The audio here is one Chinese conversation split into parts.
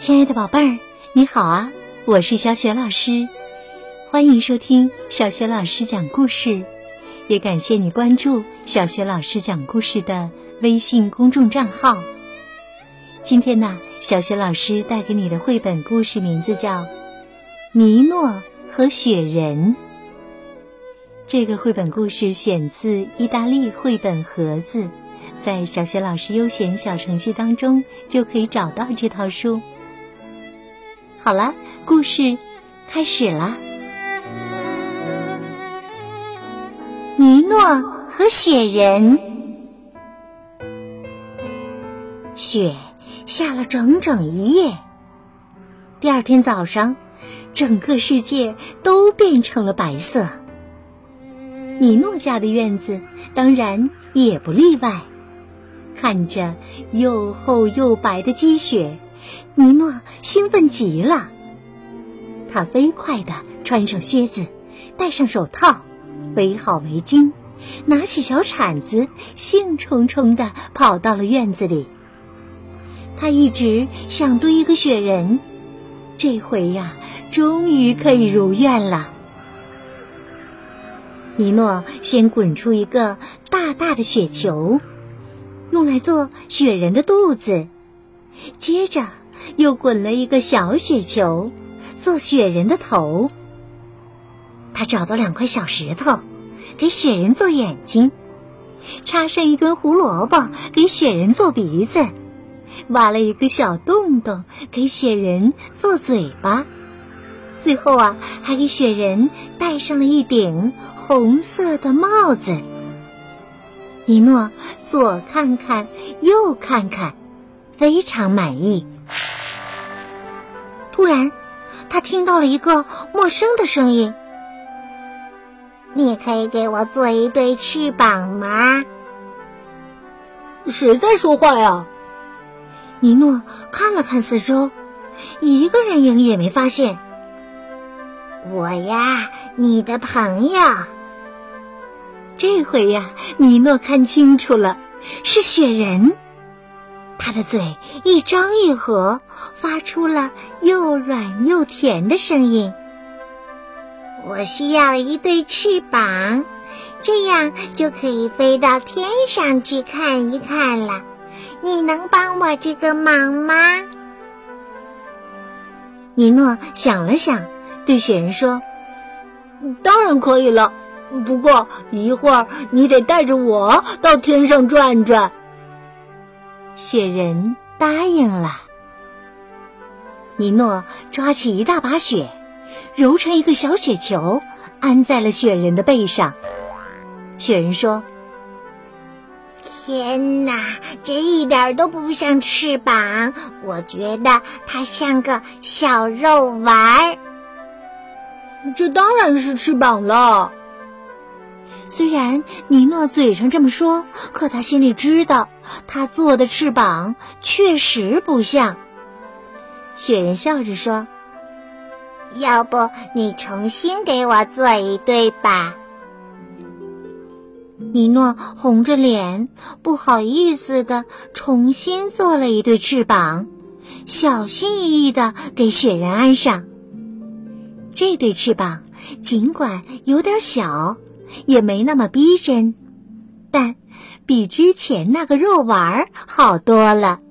亲爱的宝贝儿，你好啊，我是小雪老师，欢迎收听小雪老师讲故事，也感谢你关注小雪老师讲故事的微信公众账号。今天呢，小雪老师带给你的绘本故事名字叫《尼诺和雪人》。这个绘本故事选自意大利绘本盒子，在小雪老师优选小程序当中就可以找到这套书。好了，故事开始了。尼诺和雪人。雪下了整整一夜，第二天早上，整个世界都变成了白色。尼诺家的院子当然也不例外。看着又厚又白的积雪，尼诺兴奋极了。他飞快地穿上靴子，戴上手套，围好围巾，拿起小铲子，兴冲冲地跑到了院子里。他一直想堆一个雪人，这回呀，终于可以如愿了。尼诺先滚出一个大大的雪球，用来做雪人的肚子，接着又滚了一个小雪球，做雪人的头。他找到2块小石头，给雪人做眼睛，插上一根胡萝卜，给雪人做鼻子，挖了一个小洞洞，给雪人做嘴巴。最后啊，还给雪人戴上了一顶红色的帽子。尼诺左看看右看看，非常满意。突然，他听到了一个陌生的声音：“你可以给我做一对翅膀吗？” 谁在说话呀？ 尼诺看了看四周，一个人影也没发现。我呀，你的朋友。这回呀，尼诺看清楚了，是雪人。他的嘴一张一合，发出了又软又甜的声音。我需要一对翅膀，这样就可以飞到天上去看一看了。你能帮我这个忙吗？尼诺想了想，对雪人说：“ 当然可以了，不过一会儿你得带着我到天上转转。” 雪人答应了。尼诺抓起一大把雪，揉成一个小雪球，安在了雪人的背上。雪人说：“天哪，这一点都不像翅膀，我觉得它像个小肉丸。” 这当然是翅膀了。 虽然尼诺嘴上这么说，可他心里知道，他做的翅膀确实不像。雪人笑着说：“要不你重新给我做一对吧？”尼诺红着脸，不好意思地重新做了一对翅膀，小心翼翼地给雪人安上。这对翅膀尽管有点小，也没那么逼真，但比之前那个肉丸好多了。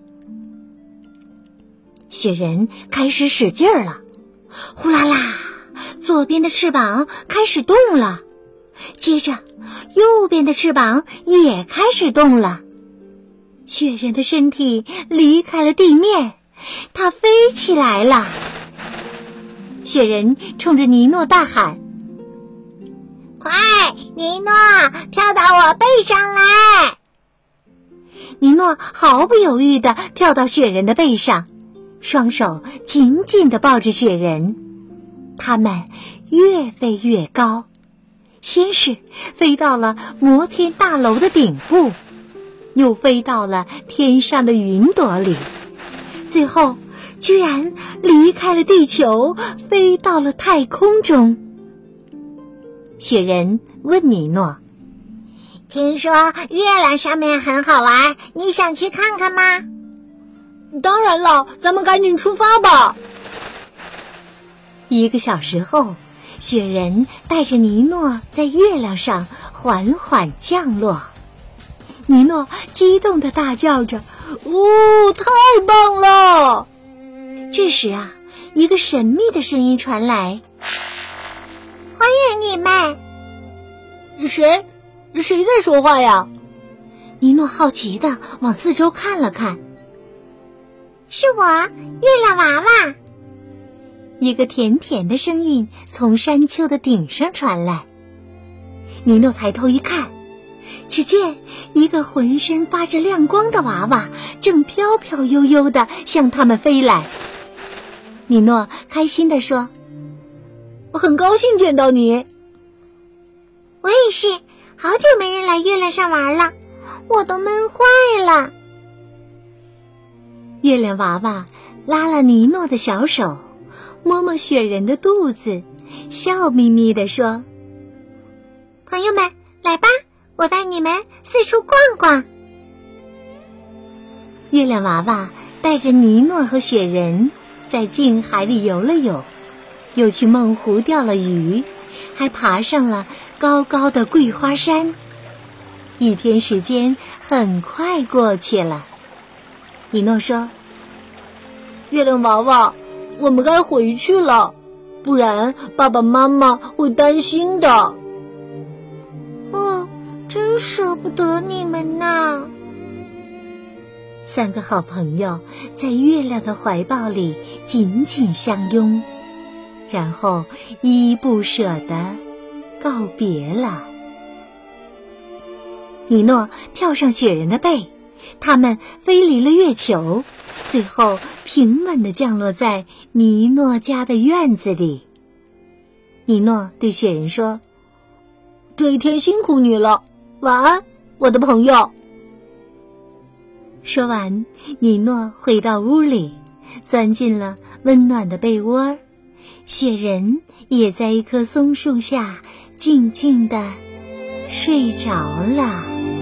雪人开始使劲儿了，呼啦啦，左边的翅膀开始动了，接着右边的翅膀也开始动了。雪人的身体离开了地面，它飞起来了。雪人冲着尼诺大喊：“快，尼诺，跳到我背上来！”尼诺毫不犹豫地跳到雪人的背上，双手紧紧地抱着雪人。他们越飞越高，先是飞到了摩天大楼的顶部，又飞到了天上的云朵里，最后居然离开了地球，飞到了太空中。雪人问尼诺：“听说月亮上面很好玩，你想去看看吗？”“ 当然了，咱们赶紧出发吧。 1个小时后，雪人带着尼诺在月亮上缓缓降落。尼诺激动地大叫着：“ 哦，太棒了！” 这时啊，一个神秘的声音传来：“ 欢迎你们！” 谁在说话呀？ 尼诺好奇地往四周看了看。 是我，月亮娃娃。 一个甜甜的声音从山丘的顶上传来。尼诺抬头一看，只见一个浑身发着亮光的娃娃正飘飘悠悠地向他们飞来。尼诺开心地说：“ 很高兴见到你。” 我也是，好久没人来月亮上玩了，我都闷坏了。 月亮娃娃拉了尼诺的小手，摸摸雪人的肚子，笑眯眯地说：“ 朋友们，来吧，我带你们四处逛逛。” 月亮娃娃带着尼诺和雪人在静海里游了游，又去梦湖钓了鱼，还爬上了高高的桂花山。1天时间很快过去了。尼诺说：“ 月亮娃娃，我们该回去了，不然爸爸妈妈会担心的。” 真舍不得你们呐。 3个好朋友在月亮的怀抱里紧紧相拥，然后依依不舍地告别了。尼诺跳上雪人的背，他们飞离了月球，最后平稳地降落在尼诺家的院子里。尼诺对雪人说：“ 这一天辛苦你了，晚安，我的朋友。” 说完，尼诺回到屋里，钻进了温暖的被窝。雪人也在一棵松树下静静地睡着了。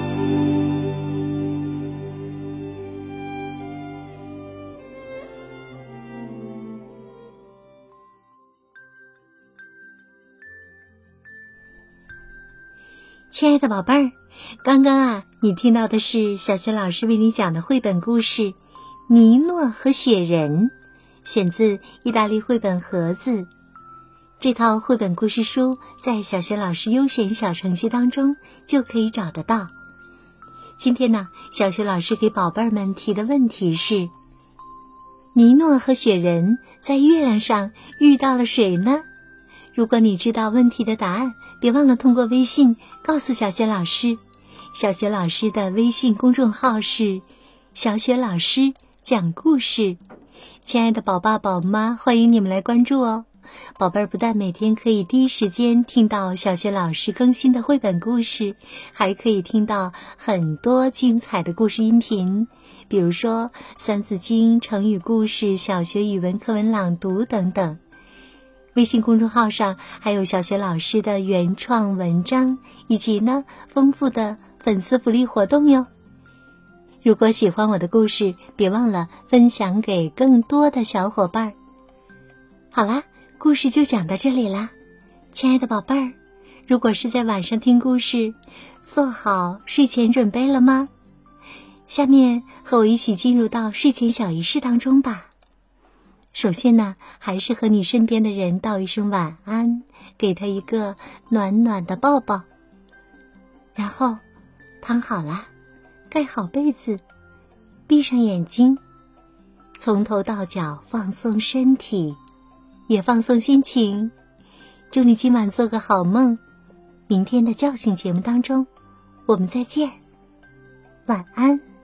亲爱的宝贝儿，刚刚你听到的是小雪老师为你讲的绘本故事《尼诺和雪人》，选自意大利绘本盒子。这套绘本故事书在小雪老师优选小程序当中就可以找得到。今天呢，小雪老师给宝贝儿们提的问题是：尼诺和雪人在月亮上遇到了谁呢？如果你知道问题的答案，别忘了通过微信告诉小雪老师。小雪老师的微信公众号是小雪老师讲故事。亲爱的宝爸宝妈，欢迎你们来关注哦。宝贝儿不但每天可以第一时间听到小雪老师更新的绘本故事，还可以听到很多精彩的故事音频，比如说三字经、成语故事、小学语文课文朗读等等。微信公众号上还有小雪老师的原创文章，以及丰富的粉丝福利活动哟。如果喜欢我的故事，别忘了分享给更多的小伙伴。好啦，故事就讲到这里啦。亲爱的宝贝儿，如果是在晚上听故事，做好睡前准备了吗？下面和我一起进入到睡前小仪式当中吧。首先呢，还是和你身边的人道一声晚安，给他一个暖暖的抱抱。然后躺好了，盖好被子，闭上眼睛，从头到脚放松身体，也放松心情。祝你今晚做个好梦，明天的叫醒节目当中我们再见，晚安。